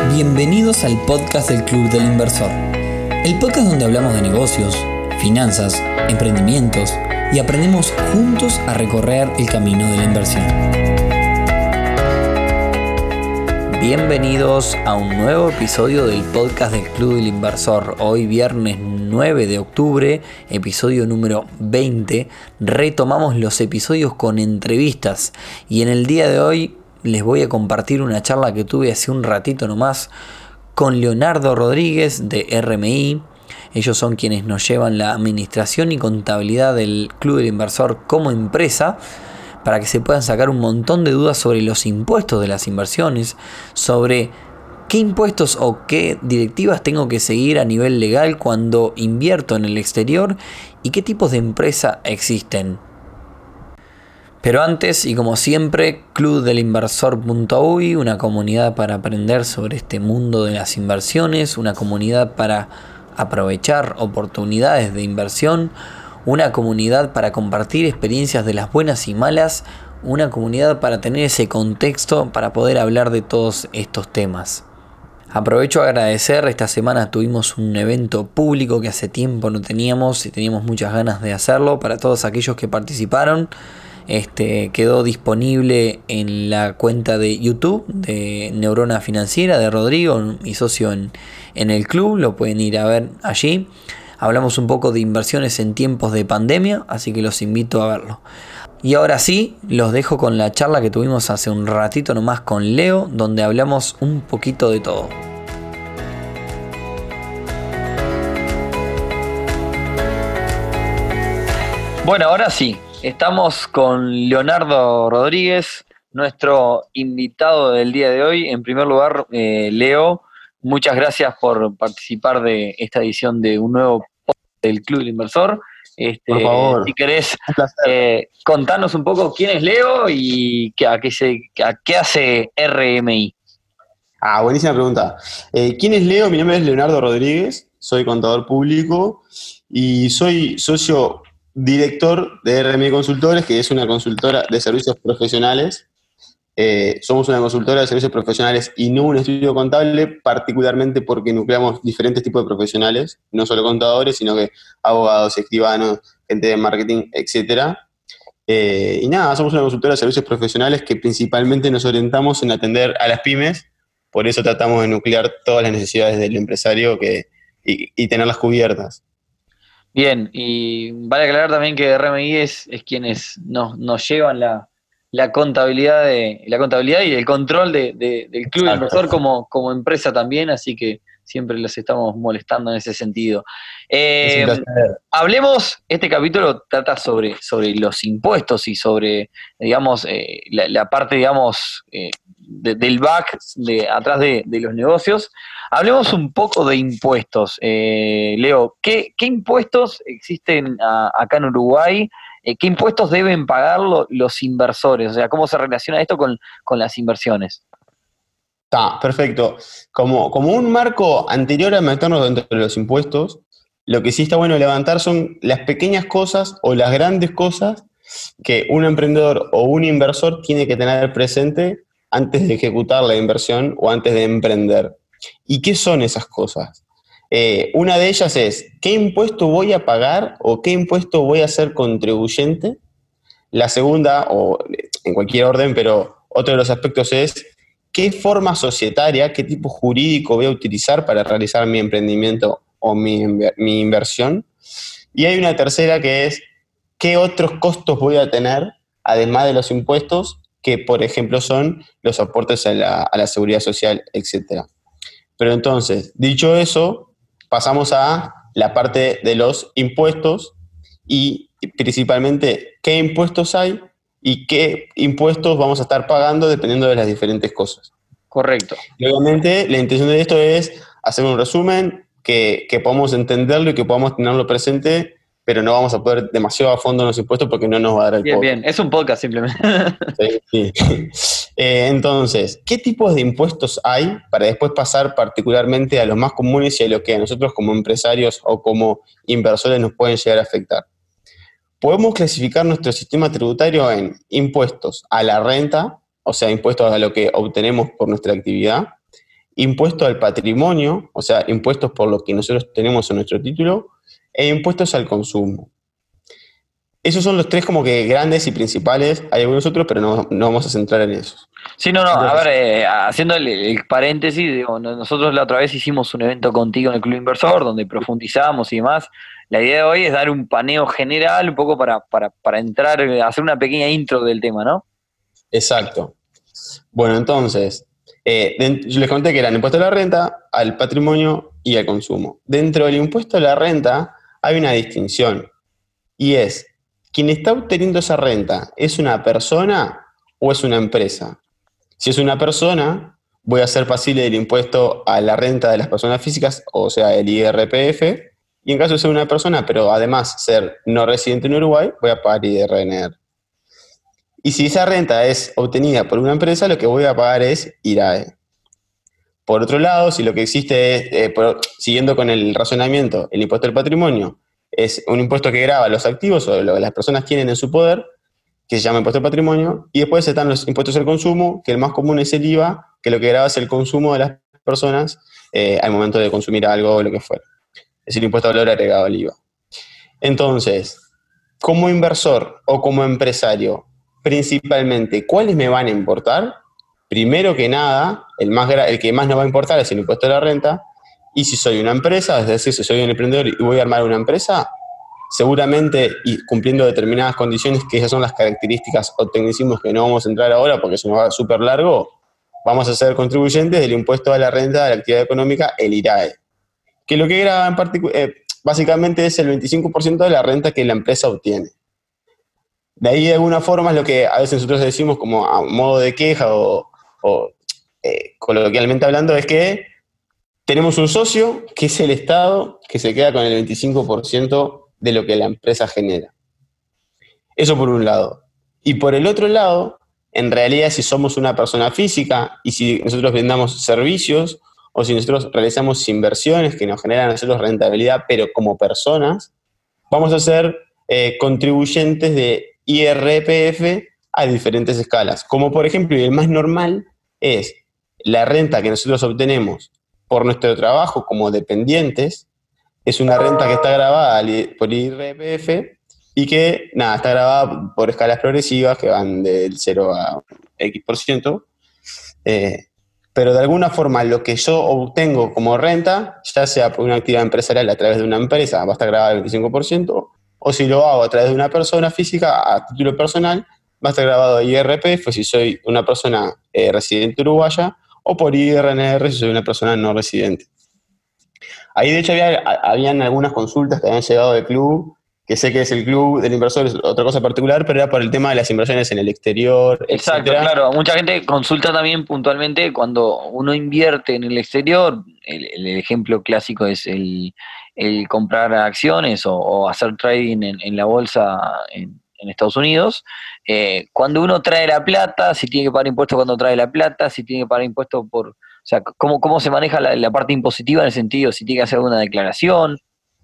Bienvenidos al podcast del Club del Inversor, el podcast donde hablamos de negocios, finanzas, emprendimientos y aprendemos juntos a recorrer el camino de la inversión. Bienvenidos a un nuevo episodio del podcast del Club del Inversor. Hoy viernes 9 de octubre, episodio número 20. Retomamos los episodios con entrevistas y en el día de hoy les voy a compartir una charla que tuve hace un ratito nomás con Leonardo Rodríguez de RMI. Ellos son quienes nos llevan la administración y contabilidad del Club del Inversor como empresa, para que se puedan sacar un montón de dudas sobre los impuestos de las inversiones, sobre qué impuestos o qué directivas tengo que seguir a nivel legal cuando invierto en el exterior y qué tipos de empresa existen. Pero antes, y como siempre, clubdelinversor.uy, una comunidad para aprender sobre este mundo de las inversiones, una comunidad para aprovechar oportunidades de inversión, una comunidad para compartir experiencias de las buenas y malas, una comunidad para tener ese contexto para poder hablar de todos estos temas. Aprovecho a agradecer, esta semana tuvimos un evento público que hace tiempo no teníamos y teníamos muchas ganas de hacerlo. Para todos aquellos que participaron, quedó disponible en la cuenta de YouTube de Neurona Financiera de Rodrigo, mi socio en el club, lo pueden ir a ver allí. Hablamos un poco de inversiones en tiempos de pandemia, así que los invito a verlo. Y ahora sí, los dejo con la charla que tuvimos hace un ratito nomás con Leo, donde hablamos un poquito de todo. Bueno, ahora sí, estamos con Leonardo Rodríguez, nuestro invitado del día de hoy. En primer lugar, Leo, muchas gracias por participar de esta edición de un nuevo podcast del Club del Inversor. Por favor. Si querés contarnos un poco quién es Leo y a qué hace RMI. Buenísima pregunta. ¿Quién es Leo? Mi nombre es Leonardo Rodríguez, soy contador público y soy socio director de RMI Consultores, que es una consultora de servicios profesionales. Somos una consultora de servicios profesionales y no un estudio contable, particularmente porque nucleamos diferentes tipos de profesionales, no solo contadores, sino que abogados, escribanos, gente de marketing, etcétera. Y nada, somos una consultora de servicios profesionales que principalmente nos orientamos en atender a las pymes, por eso tratamos de nuclear todas las necesidades del empresario y tenerlas cubiertas. Bien, y vale aclarar también que RMI es quienes nos llevan la contabilidad y el control del Club Inversor como empresa también, así que siempre los estamos molestando en ese sentido. Hablemos, este capítulo trata sobre los impuestos y sobre, digamos, la parte, digamos, del back, atrás de los negocios. Hablemos un poco de impuestos. Leo, ¿qué impuestos existen acá en Uruguay? ¿Qué impuestos deben pagar los inversores? O sea, ¿cómo se relaciona esto con las inversiones? Está, perfecto. Como un marco anterior a meternos dentro de los impuestos, lo que sí está bueno levantar son las pequeñas cosas o las grandes cosas que un emprendedor o un inversor tiene que tener presente antes de ejecutar la inversión o antes de emprender. ¿Y qué son esas cosas? Una de ellas es, ¿qué impuesto voy a pagar o qué impuesto voy a ser contribuyente? La segunda, o en cualquier orden, pero otro de los aspectos es, ¿qué forma societaria, qué tipo jurídico voy a utilizar para realizar mi emprendimiento o mi inversión? Y hay una tercera que es, ¿qué otros costos voy a tener, además de los impuestos, que por ejemplo son los aportes a la seguridad social, etcétera? Pero entonces, dicho eso, pasamos a la parte de los impuestos y principalmente qué impuestos hay y qué impuestos vamos a estar pagando dependiendo de las diferentes cosas. Correcto. Y obviamente la intención de esto es hacer un resumen que podamos entenderlo y que podamos tenerlo presente, pero no vamos a poder demasiado a fondo en los impuestos porque no nos va a dar el podcast. Bien, es un podcast simplemente. Sí. Entonces, ¿qué tipos de impuestos hay para después pasar particularmente a los más comunes y a lo que a nosotros como empresarios o como inversores nos pueden llegar a afectar? Podemos clasificar nuestro sistema tributario en impuestos a la renta, o sea, impuestos a lo que obtenemos por nuestra actividad, impuesto al patrimonio, o sea, impuestos por lo que nosotros tenemos en nuestro título, e impuestos al consumo. Esos son los tres como que grandes y principales. Hay algunos otros, pero no vamos a centrar en esos. Sí, no, a Entonces, ver, haciendo el paréntesis, digo, nosotros la otra vez hicimos un evento contigo en el Club Inversor donde profundizamos y demás. La idea de hoy es dar un paneo general, un poco para entrar, hacer una pequeña intro del tema, ¿no? exacto. Bueno, entonces, yo les conté que era el impuesto a la renta, al patrimonio y al consumo. Dentro del impuesto a la renta hay una distinción, y es, ¿quien está obteniendo esa renta es una persona o es una empresa? Si es una persona, voy a ser pasible del impuesto a la renta de las personas físicas, o sea, el IRPF, y en caso de ser una persona, pero además ser no residente en Uruguay, voy a pagar IRNR. Y si esa renta es obtenida por una empresa, lo que voy a pagar es IRAE. Por otro lado, si lo que existe es, siguiendo con el razonamiento, el impuesto al patrimonio es un impuesto que grava los activos o lo que las personas tienen en su poder, que se llama impuesto al patrimonio, y después están los impuestos al consumo, que el más común es el IVA, que lo que grava es el consumo de las personas al momento de consumir algo o lo que fuera. Es el impuesto al valor agregado al IVA. Entonces, como inversor o como empresario, principalmente, ¿cuáles me van a importar? Primero que nada, el que más nos va a importar es el impuesto a la renta, y si soy una empresa, es decir, si soy un emprendedor y voy a armar una empresa, seguramente, y cumpliendo determinadas condiciones, que esas son las características o tecnicismos que no vamos a entrar ahora porque se nos va súper largo, vamos a ser contribuyentes del impuesto a la renta de la actividad económica, el IRAE, que lo que graba en básicamente es el 25% de la renta que la empresa obtiene. De ahí, de alguna forma, es lo que a veces nosotros decimos como a modo de queja o coloquialmente hablando, es que tenemos un socio, que es el Estado, que se queda con el 25% de lo que la empresa genera. Eso por un lado. Y por el otro lado, en realidad, si somos una persona física y si nosotros brindamos servicios o si nosotros realizamos inversiones que nos generan a nosotros rentabilidad, pero como personas, vamos a ser contribuyentes de IRPF a diferentes escalas. Como por ejemplo, y el más normal es la renta que nosotros obtenemos por nuestro trabajo como dependientes, es una renta que está grabada por IRPF y que, nada, está grabada por escalas progresivas que van del 0 a X%. Pero de alguna forma lo que yo obtengo como renta, ya sea por una actividad empresarial a través de una empresa, va a estar grabada el 25%, o si lo hago a través de una persona física a título personal, va a estar grabado IRPF si soy una persona residente uruguaya, o por IRNR si soy una persona no residente. Ahí de hecho habían algunas consultas que habían llegado del club, que sé que es el club del inversor, es otra cosa particular, pero era por el tema de las inversiones en el exterior, Exacto, etcétera. claro. Mucha gente consulta también puntualmente cuando uno invierte en el exterior. El ejemplo clásico es el comprar acciones o hacer trading en la bolsa en Estados Unidos. Cuando uno trae la plata, si tiene que pagar impuestos cuando trae la plata, si tiene que pagar impuestos por... O sea, cómo se maneja la parte impositiva en el sentido, si tiene que hacer alguna declaración.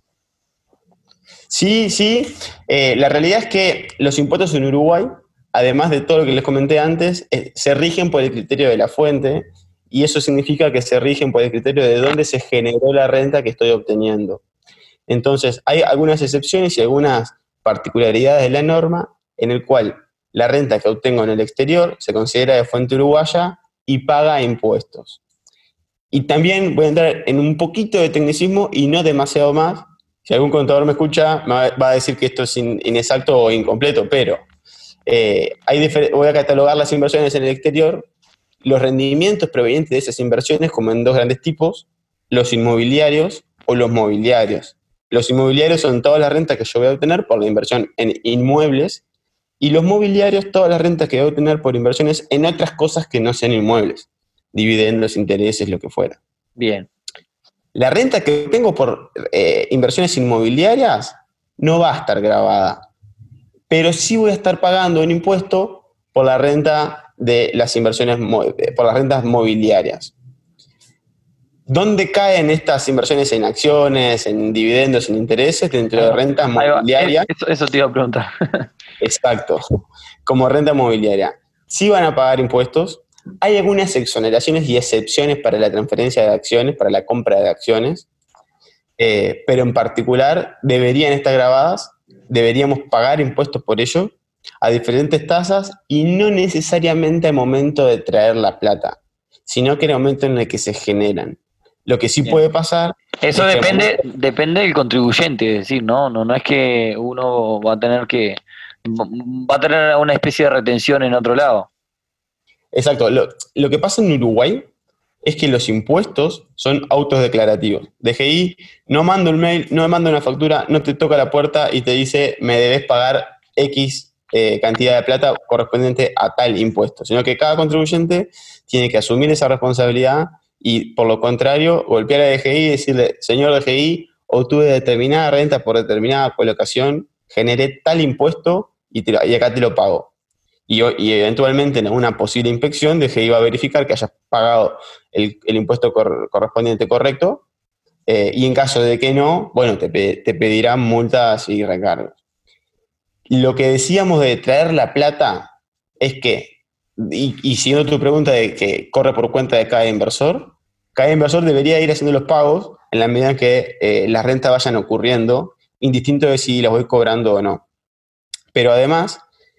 Sí, sí. La realidad es que los impuestos en Uruguay, además de todo lo que les comenté antes, se rigen por el criterio de la fuente, y eso significa que se rigen por el criterio de dónde se generó la renta que estoy obteniendo. Entonces, hay algunas excepciones y algunas particularidades de la norma en el cual la renta que obtengo en el exterior se considera de fuente uruguaya y paga impuestos. Y también voy a entrar en un poquito de tecnicismo y no demasiado más. Si algún contador me escucha, va a decir que esto es inexacto o incompleto, pero voy a catalogar las inversiones en el exterior, los rendimientos provenientes de esas inversiones como en dos grandes tipos, los inmobiliarios o los mobiliarios. Los inmobiliarios son todas las rentas que yo voy a obtener por la inversión en inmuebles, y los mobiliarios todas las rentas que voy a obtener por inversiones en otras cosas que no sean inmuebles, dividendos, intereses, lo que fuera. Bien. La renta que tengo por inversiones inmobiliarias no va a estar grabada, pero sí voy a estar pagando un impuesto por la renta de las inversiones, por las rentas mobiliarias. ¿Dónde caen estas inversiones en acciones, en dividendos, en intereses, dentro de rentas mobiliarias? Eso te iba a preguntar. Exacto, como renta mobiliaria. Sí van a pagar impuestos, Hay algunas exoneraciones y excepciones para la transferencia de acciones, para la compra de acciones, pero en particular deberían estar grabadas, deberíamos pagar impuestos por ello a diferentes tasas y no necesariamente al momento de traer la plata, sino que en el momento en el que se generan. Lo que sí Bien. puede pasar Eso es que depende del contribuyente, es decir, no es que uno va a tener una especie de retención en otro lado. exacto, lo que pasa en Uruguay es que los impuestos son autodeclarativos. DGI no manda un mail, no me manda una factura, no te toca la puerta y te dice me debes pagar X cantidad de plata correspondiente a tal impuesto, sino que cada contribuyente tiene que asumir esa responsabilidad y por lo contrario golpear a DGI y decirle, señor DGI, obtuve determinada renta por determinada colocación, generé tal impuesto y acá te lo pago. Y eventualmente en una posible inspección DGI va a verificar que hayas pagado el impuesto correspondiente correcto, y en caso de que no, bueno, te pedirán multas y recargos. Lo que decíamos de traer la plata es que, y siguiendo tu pregunta de que corre por cuenta de cada inversor debería ir haciendo los pagos en la medida en que las rentas vayan ocurriendo, indistinto de si las voy cobrando o no. Pero además,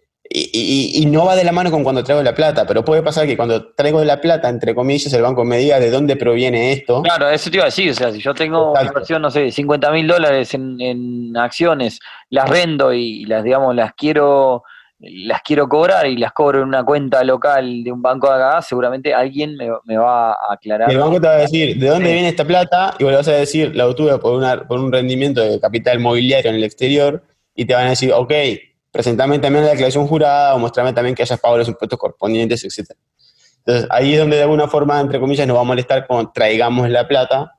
y no va de la mano con cuando traigo la plata, pero puede pasar que cuando traigo la plata, entre comillas, el banco me diga de dónde proviene esto. Claro, eso te iba a decir, o sea, si yo tengo una Exacto. inversión, no sé, $50.000 en acciones, las vendo y las, digamos, las quiero cobrar y las cobro en una cuenta local de un banco de acá, seguramente alguien me va a Y el aclarar. banco te va a decir, ¿de dónde Sí, viene esta plata? Y vos le vas a decir, la obtuve por un rendimiento de capital mobiliario en el exterior, y te van a decir, ok, presentame también la declaración jurada o mostrame también que hayas pagado los impuestos correspondientes, etc. Entonces, ahí es donde de alguna forma, entre comillas, nos va a molestar cuando traigamos la plata,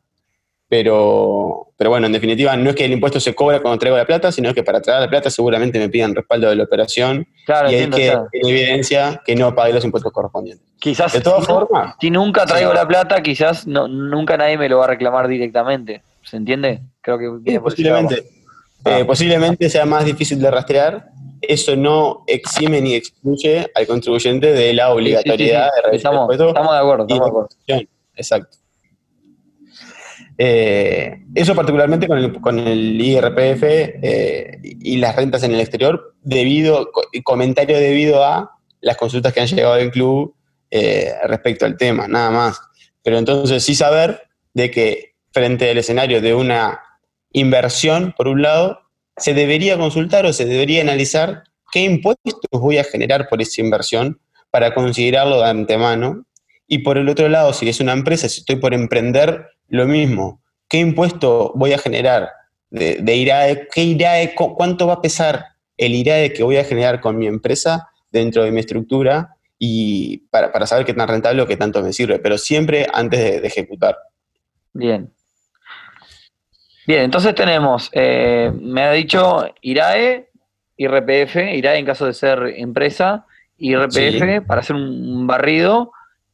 pero bueno, en definitiva, no es que el impuesto se cobra cuando traigo la plata, sino que para traer la plata seguramente me pidan respaldo de la operación claro, y hay entiendo, o que sea, en evidencia que no pagué los impuestos correspondientes. quizás De todas formas, si nunca sí, traigo la plata, quizás nunca nadie me lo va a reclamar directamente, ¿se entiende? Creo que sí, viene por ese lado. posiblemente. Ah, Posiblemente sea más difícil de rastrear. Eso no exime ni excluye al contribuyente de la sí, sí, sí, obligatoriedad sí, de revisar el impuesto estamos de acuerdo, y estamos de de acuerdo. constitución. Exacto. Eso particularmente con el IRPF y las rentas en el exterior, comentario debido a las consultas que han llegado del club respecto al tema, nada más. Pero entonces sí saber de que frente al escenario de una inversión, por un lado, se debería consultar o se debería analizar qué impuestos voy a generar por esa inversión para considerarlo de antemano. Y por el otro lado, si es una empresa, si estoy por emprender, lo mismo. ¿Qué impuesto voy a generar de IRAE? ¿Qué IRAE? ¿Cuánto va a pesar el IRAE que voy a generar con mi empresa dentro de mi estructura? Y para saber qué tan rentable o qué tanto me sirve, pero siempre antes de ejecutar. Bien. Bien, entonces tenemos, me ha dicho IRAE, IRPF, IRAE en caso de ser empresa, Sí, IRPF para hacer un barrido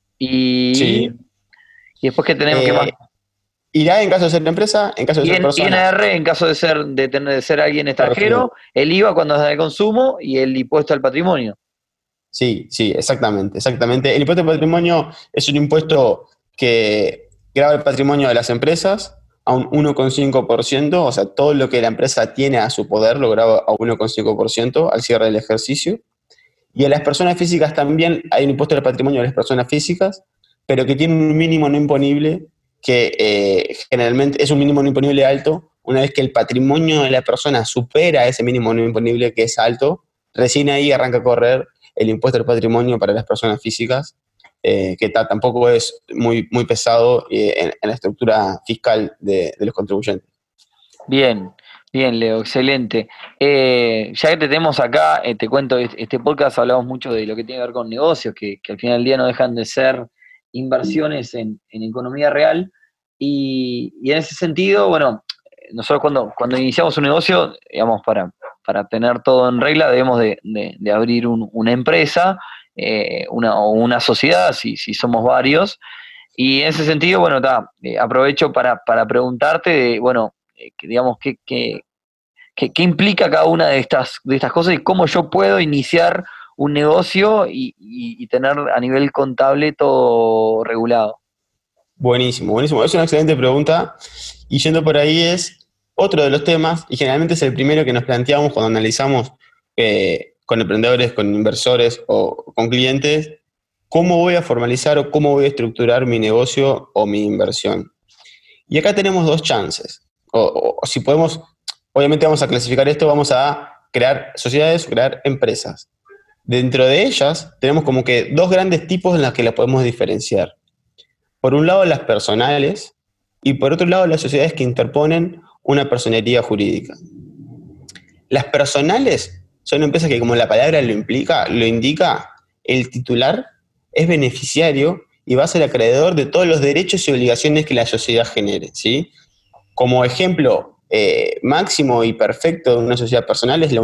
y, sí. y después que tenemos que más. Eh, IRAE en caso de ser empresa, en caso de Y ser en persona, INR en caso de ser alguien está referido. extranjero, el IVA cuando es de consumo y el impuesto al patrimonio. Sí, sí, exactamente, exactamente. El impuesto de patrimonio es un impuesto que grava el patrimonio de las empresas a un 1,5%, o sea, todo lo que la empresa tiene a su poder lo grava a 1,5% al cierre del ejercicio. Y a las personas físicas también hay un impuesto del patrimonio de las personas físicas, pero que tiene un mínimo no imponible que generalmente es un mínimo no imponible alto. Una vez que el patrimonio de la persona supera ese mínimo no imponible que es alto, recién ahí arranca a correr el impuesto del patrimonio para las personas físicas, que tampoco es muy pesado en la estructura fiscal de los contribuyentes. Bien, bien, Leo, excelente. Ya que te tenemos acá, te cuento, este podcast hablamos mucho de lo que tiene que ver con negocios, que al final del día no dejan de ser inversiones en economía real. Y en ese sentido, bueno, nosotros cuando iniciamos un negocio, digamos, para tener todo en regla, debemos de abrir una empresa, o una sociedad, si somos varios. Y en ese sentido, bueno, aprovecho para preguntarte, bueno, digamos, qué implica cada una de estas cosas y cómo yo puedo iniciar un negocio y tener a nivel contable todo regulado? Buenísimo, buenísimo. Es una excelente pregunta. Y yendo por ahí es otro de los temas, y generalmente es el primero que nos planteamos cuando analizamos con emprendedores, con inversores o con clientes, cómo voy a formalizar o cómo voy a estructurar mi negocio o mi inversión. Y acá tenemos dos chances. O si podemos, obviamente vamos a clasificar esto, vamos a crear sociedades o crear empresas. Dentro de ellas tenemos como que dos grandes tipos en los que las podemos diferenciar. Por un lado las personales y por otro lado las sociedades que interponen una personería jurídica. Las personales son empresas que, como la palabra lo indica, el titular es beneficiario y va a ser acreedor de todos los derechos y obligaciones que la sociedad genere, ¿sí? Como ejemplo máximo y perfecto de una sociedad personal es la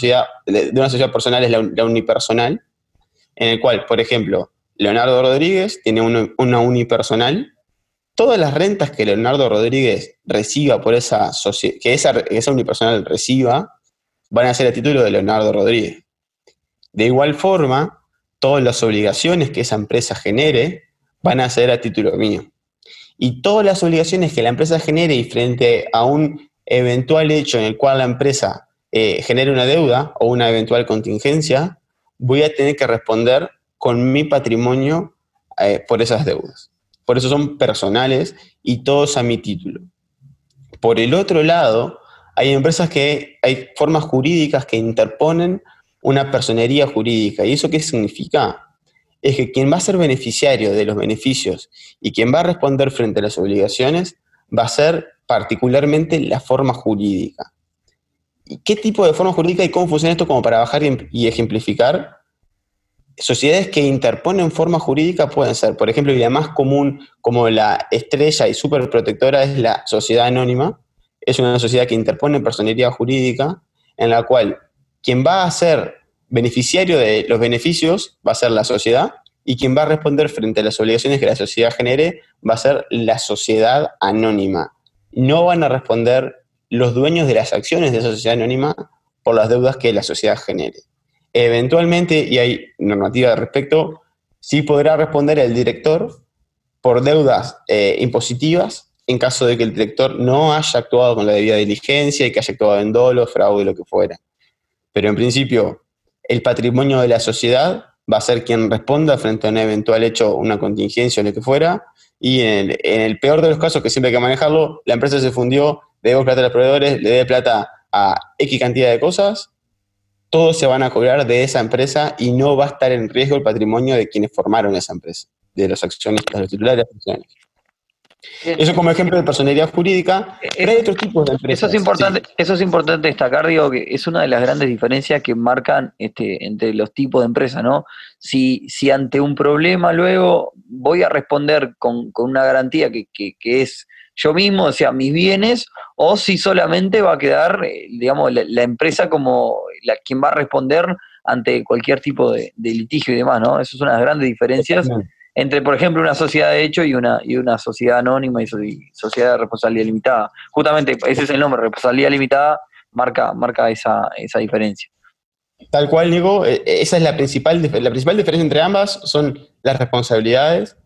unipersonal, en el cual, por ejemplo, Leonardo Rodríguez tiene una unipersonal. Todas las rentas que Leonardo Rodríguez reciba por esa sociedad, que esa unipersonal reciba, van a ser a título de Leonardo Rodríguez. De igual forma, todas las obligaciones que esa empresa genere van a ser a título mío. Y todas las obligaciones que la empresa genere y frente a un eventual hecho en el cual la empresa genere una deuda o una eventual contingencia, voy a tener que responder con mi patrimonio por esas deudas. Por eso son personales y todos a mi título. Por el otro lado, hay formas jurídicas que interponen una personería jurídica. ¿Y eso qué significa? Es que quien va a ser beneficiario de los beneficios y quien va a responder frente a las obligaciones va a ser particularmente la forma jurídica. ¿Y qué tipo de forma jurídica y cómo funciona esto como para bajar y ejemplificar? Sociedades que interponen forma jurídica pueden ser, por ejemplo, y la más común como la estrella y súper protectora es la sociedad anónima. Es una sociedad que interpone personería jurídica en la cual quien va a ser beneficiario de los beneficios va a ser la sociedad y quien va a responder frente a las obligaciones que la sociedad genere va a ser la sociedad anónima. No van a responder los dueños de las acciones de esa sociedad anónima por las deudas que la sociedad genere. Eventualmente, y hay normativa al respecto, sí podrá responder el director por deudas impositivas en caso de que el director no haya actuado con la debida diligencia y que haya actuado en dolo, fraude, lo que fuera. Pero en principio, el patrimonio de la sociedad va a ser quien responda frente a un eventual hecho, una contingencia o lo que fuera, y en el peor de los casos, que siempre hay que manejarlo, la empresa se fundió, le debo plata a los proveedores, le debe plata a X cantidad de cosas, todos se van a cobrar de esa empresa y no va a estar en riesgo el patrimonio de quienes formaron esa empresa, de los accionistas, los titulares de las acciones. Eso como ejemplo de personería jurídica, pero hay otros tipos de empresas. Eso es importante destacar, digo, que es una de las grandes diferencias que marcan entre los tipos de empresas, ¿no? Si ante un problema luego voy a responder con una garantía que es yo mismo, o sea, mis bienes, o si solamente va a quedar, digamos, la empresa como quien va a responder ante cualquier tipo de litigio y demás, ¿no? Eso es una de las grandes diferencias entre, por ejemplo, una sociedad de hecho y una sociedad anónima y sociedad de responsabilidad limitada. Justamente ese es el nombre, responsabilidad limitada, marca esa diferencia. Tal cual, Nico, esa es la principal diferencia entre ambas, son las responsabilidades.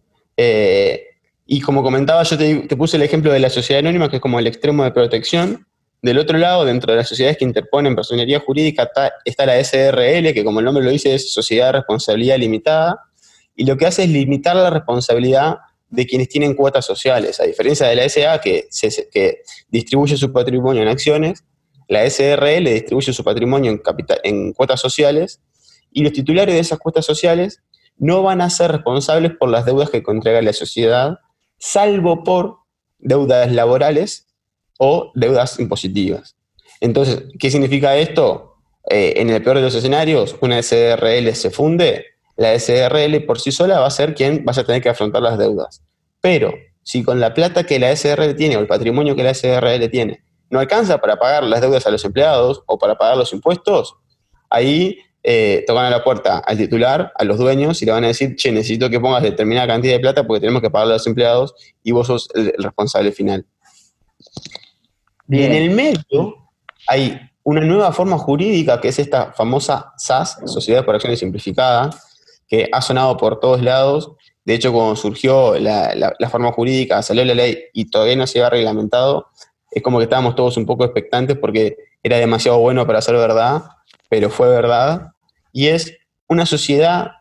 Y como comentaba, yo te puse el ejemplo de la sociedad anónima, que es como el extremo de protección. Del otro lado, dentro de las sociedades que interponen personería jurídica, está la SRL, que como el nombre lo dice, es Sociedad de Responsabilidad Limitada, y lo que hace es limitar la responsabilidad de quienes tienen cuotas sociales. A diferencia de la SA, que distribuye su patrimonio en acciones, la SRL distribuye su patrimonio en cuotas sociales, y los titulares de esas cuotas sociales no van a ser responsables por las deudas que contraiga la sociedad, salvo por deudas laborales o deudas impositivas. Entonces, ¿qué significa esto? En el peor de los escenarios, una SRL se funde, la SRL por sí sola va a ser quien vaya a tener que afrontar las deudas. Pero si con la plata que la SRL tiene o el patrimonio que la SRL tiene no alcanza para pagar las deudas a los empleados o para pagar los impuestos, ahí tocan a la puerta al titular, a los dueños, y le van a decir, che, necesito que pongas determinada cantidad de plata porque tenemos que pagarle a los empleados y vos sos el responsable final. Bien. Y en el medio hay una nueva forma jurídica, que es esta famosa SAS, Sociedad por Acciones Simplificadas, que ha sonado por todos lados. De hecho, cuando surgió la forma jurídica, salió la ley y todavía no se había reglamentado, es como que estábamos todos un poco expectantes porque era demasiado bueno para ser verdad, pero fue verdad. Y es una sociedad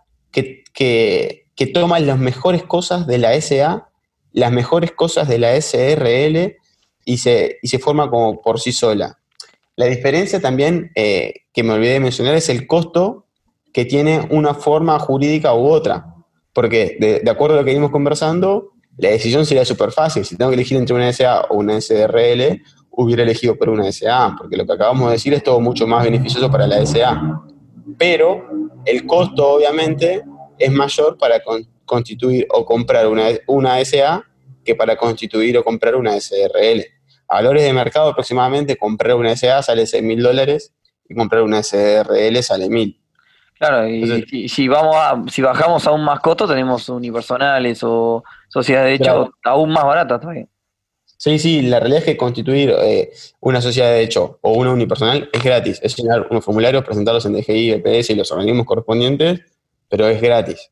que toma las mejores cosas de la SA, las mejores cosas de la SRL y se forma como por sí sola. La diferencia también, que me olvidé de mencionar, es el costo que tiene una forma jurídica u otra. Porque de acuerdo a lo que vimos conversando, la decisión sería súper fácil. Si tengo que elegir entre una SA o una SRL, hubiera elegido por una SA, porque lo que acabamos de decir es todo mucho más beneficioso para la SA. Pero el costo, obviamente, es mayor para constituir o comprar una SA que para constituir o comprar una SRL. A valores de mercado, aproximadamente, comprar una SA sale $6.000 y comprar una SRL sale 1.000. Claro, y Entonces, si bajamos aún más costo, tenemos unipersonales o sociedades de claro, hecho aún más baratas todavía. sí, la realidad es que constituir una sociedad de hecho o una unipersonal es gratis. Es llenar unos formularios, presentarlos en DGI, EPS y los organismos correspondientes, pero es gratis.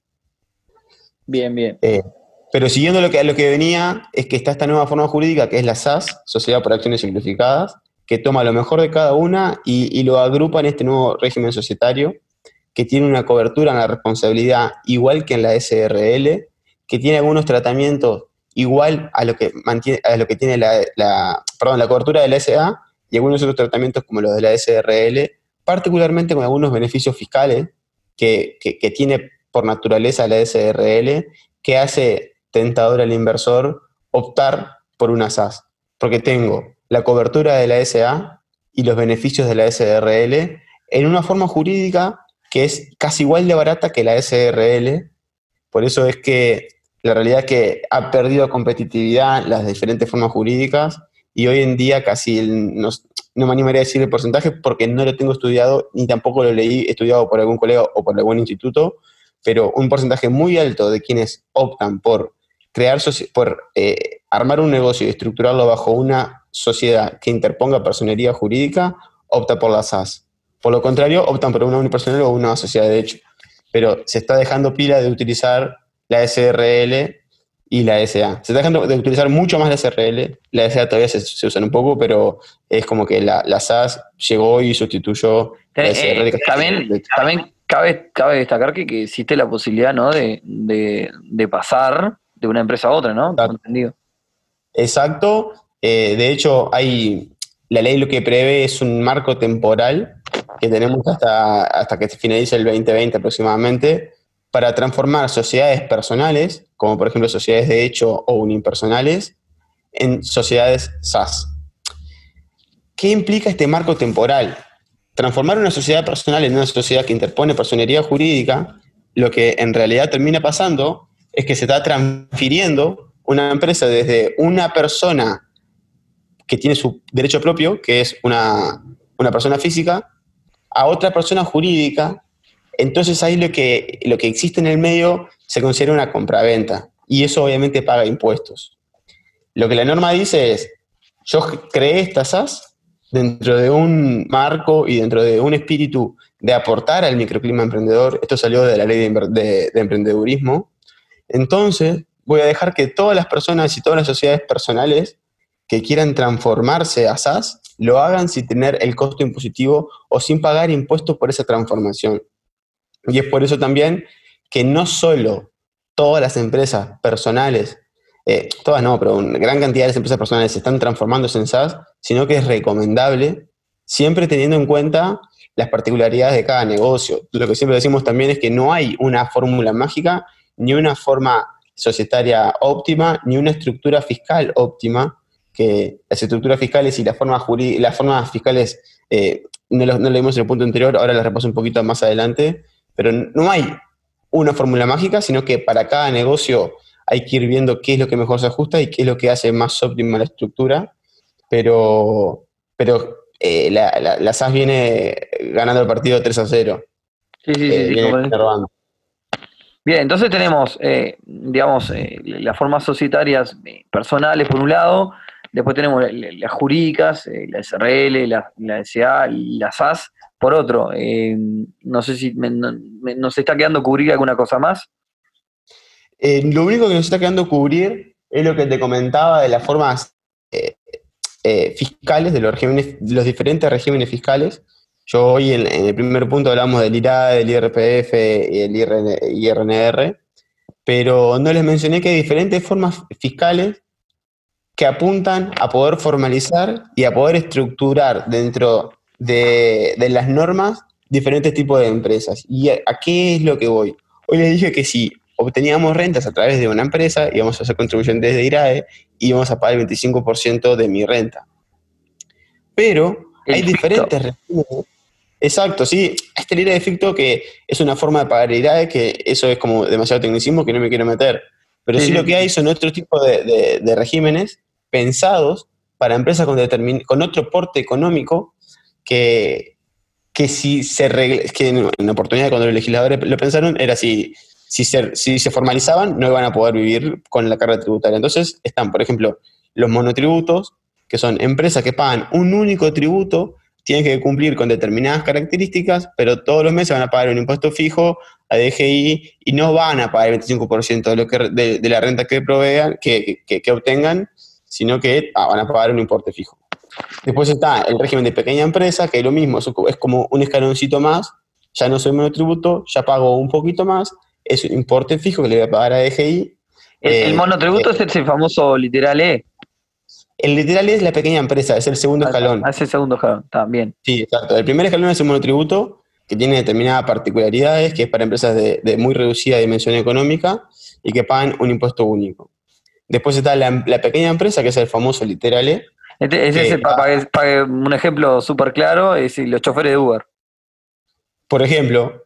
Bien, bien. Pero siguiendo a lo que venía, es que está esta nueva forma jurídica que es la SAS, Sociedad por Acciones Simplificadas, que toma lo mejor de cada una y lo agrupa en este nuevo régimen societario, que tiene una cobertura en la responsabilidad igual que en la SRL, que tiene algunos tratamientos igual a lo que tiene la cobertura de la SA y algunos otros tratamientos como los de la SRL, particularmente con algunos beneficios fiscales que tiene por naturaleza la SRL, que hace tentador al inversor optar por una SAS, porque tengo la cobertura de la SA y los beneficios de la SRL en una forma jurídica que es casi igual de barata que la SRL. Por eso es que la realidad es que ha perdido competitividad las diferentes formas jurídicas y hoy en día casi no me animaría a decir el porcentaje porque no lo tengo estudiado ni tampoco lo leí estudiado por algún colega o por algún instituto, pero un porcentaje muy alto de quienes optan por armar un negocio y estructurarlo bajo una sociedad que interponga personería jurídica, opta por la SAS. Por lo contrario, optan por una unipersonal o una sociedad de hecho. Pero se está dejando pila de utilizar la SRL y la SA. Se está dejando de utilizar mucho más la SRL. La SA todavía se usan un poco, pero es como que la SAS llegó y sustituyó la SRL. También cabe destacar que existe la posibilidad, ¿no? de pasar de una empresa a otra, ¿no? Tengo entendido. Exacto. De hecho, la ley lo que prevé es un marco temporal que tenemos hasta que se finalice el 2020 aproximadamente para transformar sociedades personales, como por ejemplo sociedades de hecho o unipersonales, en sociedades SAS. ¿Qué implica este marco temporal? Transformar una sociedad personal en una sociedad que interpone personería jurídica, lo que en realidad termina pasando es que se está transfiriendo una empresa desde una persona que tiene su derecho propio, que es una persona física, a otra persona jurídica. Entonces ahí lo que existe en el medio se considera una compraventa y eso obviamente paga impuestos. Lo que la norma dice es, yo creé esta SAS dentro de un marco y dentro de un espíritu de aportar al microclima emprendedor. Esto salió de la ley de emprendedurismo. Entonces voy a dejar que todas las personas y todas las sociedades personales que quieran transformarse a SAS lo hagan sin tener el costo impositivo o sin pagar impuestos por esa transformación. Y es por eso también que no solo todas las empresas personales, todas no, pero una gran cantidad de las empresas personales se están transformándose en SaaS, sino que es recomendable, siempre teniendo en cuenta las particularidades de cada negocio. Lo que siempre decimos también es que no hay una fórmula mágica, ni una forma societaria óptima, ni una estructura fiscal óptima, que las estructuras fiscales y las formas fiscales, no lo vimos en el punto anterior, ahora las repaso un poquito más adelante, pero no hay una fórmula mágica, sino que para cada negocio hay que ir viendo qué es lo que mejor se ajusta y qué es lo que hace más óptima la estructura, pero la SAS viene ganando el partido 3-0. Sí, Viene robando. Bien, entonces tenemos, digamos, las formas societarias personales por un lado, después tenemos las jurídicas, la SRL, la SA y la SAS, por otro. No sé si nos está quedando cubrir alguna cosa más. Lo único que nos está quedando cubrir es lo que te comentaba de las formas fiscales, de los diferentes regímenes fiscales. Yo hoy en el primer punto hablamos del IRAE, del IRPF y del IRNR, pero no les mencioné que hay diferentes formas fiscales que apuntan a poder formalizar y a poder estructurar dentro de las normas diferentes tipos de empresas. ¿Y a qué es lo que voy? Hoy les dije que si obteníamos rentas a través de una empresa, íbamos a hacer contribuyentes de IRAE y íbamos a pagar el 25% de mi renta. Pero hay diferentes regímenes. Exacto, sí. Este IRAE de ficto que es una forma de pagar IRAE, que eso es como demasiado tecnicismo que no me quiero meter. Pero sí lo que hay son otro tipo de regímenes pensados para empresas con otro porte económico que que en la oportunidad cuando los legisladores lo pensaron era si se formalizaban no iban a poder vivir con la carga tributaria. Entonces están, por ejemplo, los monotributos, que son empresas que pagan un único tributo, tienen que cumplir con determinadas características, pero todos los meses van a pagar un impuesto fijo a DGI y no van a pagar el 25% de la renta que provean, que obtengan, sino que van a pagar un importe fijo. Después está el régimen de pequeña empresa, que es lo mismo, es como un escaloncito más, ya no soy monotributo, ya pago un poquito más, es un importe fijo que le voy a pagar a DGI. El monotributo es el famoso literal E. El literal es la pequeña empresa, es el segundo escalón. Es el segundo escalón, también. Sí, exacto. El primer escalón es el monotributo, que tiene determinadas particularidades, que es para empresas de muy reducida dimensión económica y que pagan un impuesto único. Después está la pequeña empresa, que es el famoso literal E. Para un ejemplo súper claro, es los choferes de Uber. Por ejemplo,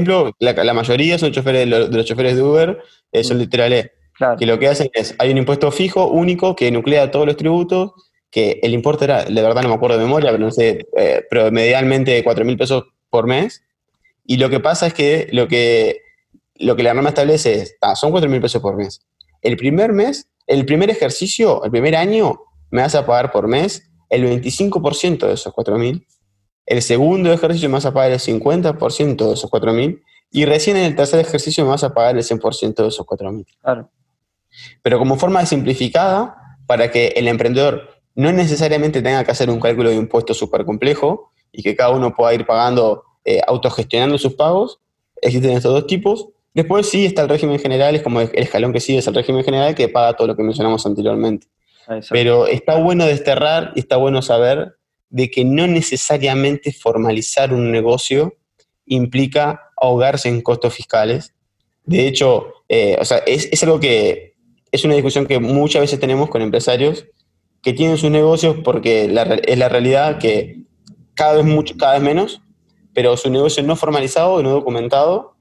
la mayoría son choferes de los choferes de Uber, son literal E. Claro. Que lo que hacen es, hay un impuesto fijo, único, que nuclea todos los tributos, que el importe era, de verdad no me acuerdo de memoria, pero no sé, promedialmente 4.000 pesos por mes. Y lo que pasa es que lo que la norma establece es, son 4.000 pesos por mes. El primer mes, el primer ejercicio, el primer año, me vas a pagar por mes el 25% de esos 4.000. El segundo ejercicio me vas a pagar el 50% de esos 4.000. Y recién en el tercer ejercicio me vas a pagar el 100% de esos 4.000. Claro. Pero como forma simplificada, para que el emprendedor no necesariamente tenga que hacer un cálculo de impuestos súper complejo y que cada uno pueda ir pagando, autogestionando sus pagos, existen estos dos tipos. Después sí está el régimen general, es como el escalón que sigue, es el régimen general que paga todo lo que mencionamos anteriormente. Exacto. Pero está bueno desterrar y está bueno saber de que no necesariamente formalizar un negocio implica ahogarse en costos fiscales. De hecho, es algo que es una discusión que muchas veces tenemos con empresarios que tienen sus negocios porque es la realidad que cada vez menos, pero su negocio no formalizado, no documentado,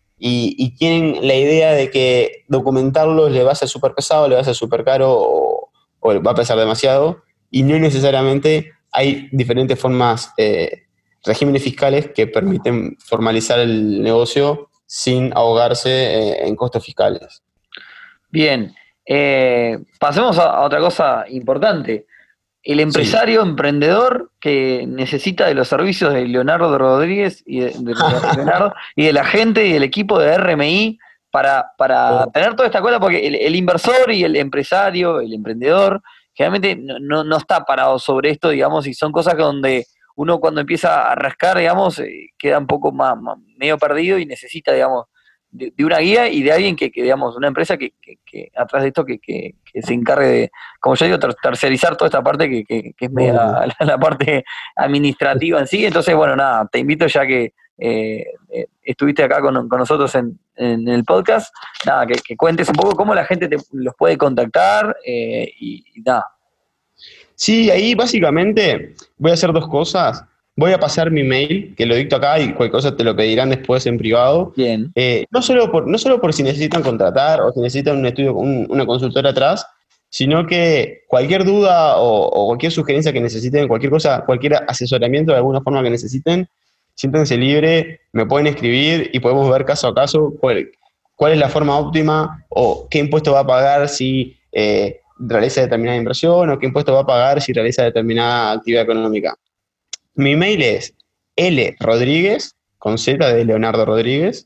y tienen la idea de que documentarlo le va a ser súper pesado, le va a ser súper caro o va a pesar demasiado, y no necesariamente hay diferentes formas, regímenes fiscales que permiten formalizar el negocio sin ahogarse en costos fiscales. Bien, pasemos a otra cosa importante. El empresario, emprendedor que necesita de los servicios de Leonardo Rodríguez y Leonardo y de la gente y del equipo de RMI para tener toda esta cosa, porque el inversor y el empresario, el emprendedor, generalmente no está parado sobre esto, digamos, y son cosas que donde uno cuando empieza a rascar, digamos, queda un poco más medio perdido y necesita, digamos, de una guía y de alguien que digamos, una empresa que atrás de esto que se encargue de, como yo digo, tercerizar toda esta parte que es media la parte administrativa en sí. Entonces, bueno, nada, te invito ya que estuviste acá con nosotros en el podcast, nada, que cuentes un poco cómo la gente los puede contactar y nada. Sí, ahí básicamente voy a hacer dos cosas. Voy a pasar mi mail, que lo dicto acá y cualquier cosa te lo pedirán después en privado. Bien. No solo por si necesitan contratar o si necesitan un estudio, una consultora atrás, sino que cualquier duda o cualquier sugerencia que necesiten, cualquier cosa, cualquier asesoramiento de alguna forma que necesiten, siéntanse libre, me pueden escribir y podemos ver caso a caso cuál es la forma óptima o qué impuesto va a pagar si realiza determinada inversión o qué impuesto va a pagar si realiza determinada actividad económica. Mi mail es lrodríguez, con Z de Leonardo Rodríguez,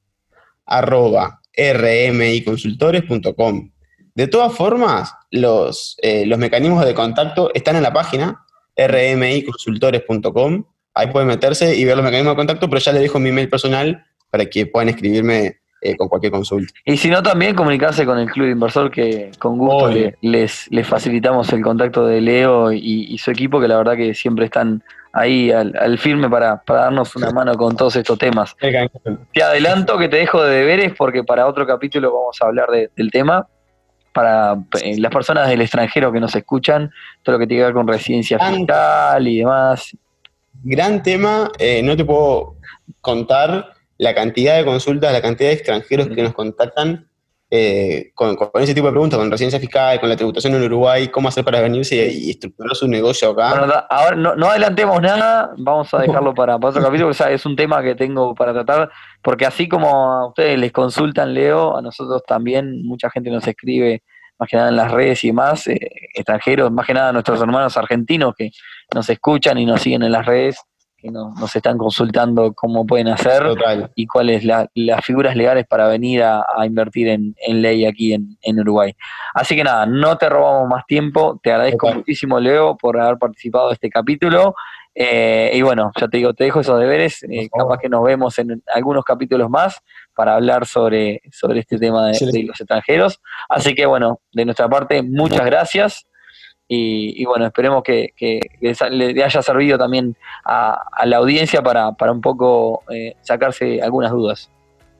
@rmiconsultores.com. De todas formas, los mecanismos de contacto están en la página rmiconsultores.com. Ahí pueden meterse y ver los mecanismos de contacto, pero ya les dejo mi mail personal para que puedan escribirme con cualquier consulta. Y si no, también comunicarse con el Club de Inversor, que con gusto les facilitamos el contacto de Leo y su equipo, que la verdad que siempre están ahí al firme para darnos una mano con todos estos temas. Te adelanto que te dejo de deberes porque para otro capítulo vamos a hablar del tema. Para las personas del extranjero que nos escuchan, todo lo que tiene que ver con residencia fiscal y demás. Gran tema, no te puedo contar la cantidad de consultas, la cantidad de extranjeros que nos contactan con ese tipo de preguntas, con residencia fiscal, con la tributación en Uruguay, cómo hacer para venirse y estructurar su negocio acá. Bueno, ahora no adelantemos nada, vamos a dejarlo para otro capítulo, o sea, es un tema que tengo para tratar, porque así como a ustedes les consultan, Leo, a nosotros también mucha gente nos escribe, más que nada en las redes y demás, extranjeros, más que nada nuestros hermanos argentinos que nos escuchan y nos siguen en las redes, que nos están consultando cómo pueden hacer. Total. Y cuáles las figuras legales para venir a invertir en ley aquí en Uruguay. Así que nada, no te robamos más tiempo, te agradezco muchísimo, Leo, por haber participado de este capítulo, y bueno, ya te digo, te dejo esos deberes, capaz que nos vemos en algunos capítulos más para hablar sobre este tema de los extranjeros. Así que bueno, de nuestra parte, muchas gracias. Y bueno, esperemos que le haya servido también a la audiencia para un poco sacarse algunas dudas.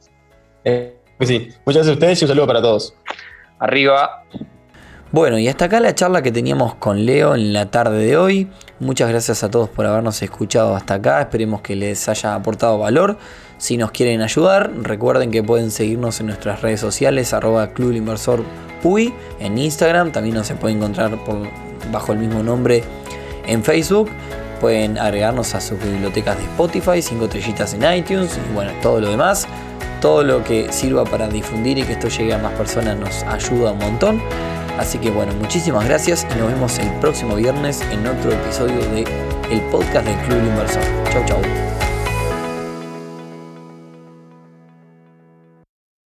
Sí, muchas gracias a ustedes y un saludo para todos. Arriba. Bueno, y hasta acá la charla que teníamos con Leo en la tarde de hoy. Muchas gracias a todos por habernos escuchado hasta acá. Esperemos que les haya aportado valor. Si nos quieren ayudar, recuerden que pueden seguirnos en nuestras redes sociales, @Club Inversor UI, en Instagram. También nos se puede encontrar bajo el mismo nombre en Facebook. Pueden agregarnos a sus bibliotecas de Spotify, 5 estrellitas en iTunes y bueno, todo lo demás. Todo lo que sirva para difundir y que esto llegue a más personas nos ayuda un montón. Así que bueno, muchísimas gracias y nos vemos el próximo viernes en otro episodio de el podcast del Club Inversor. Chau, chau.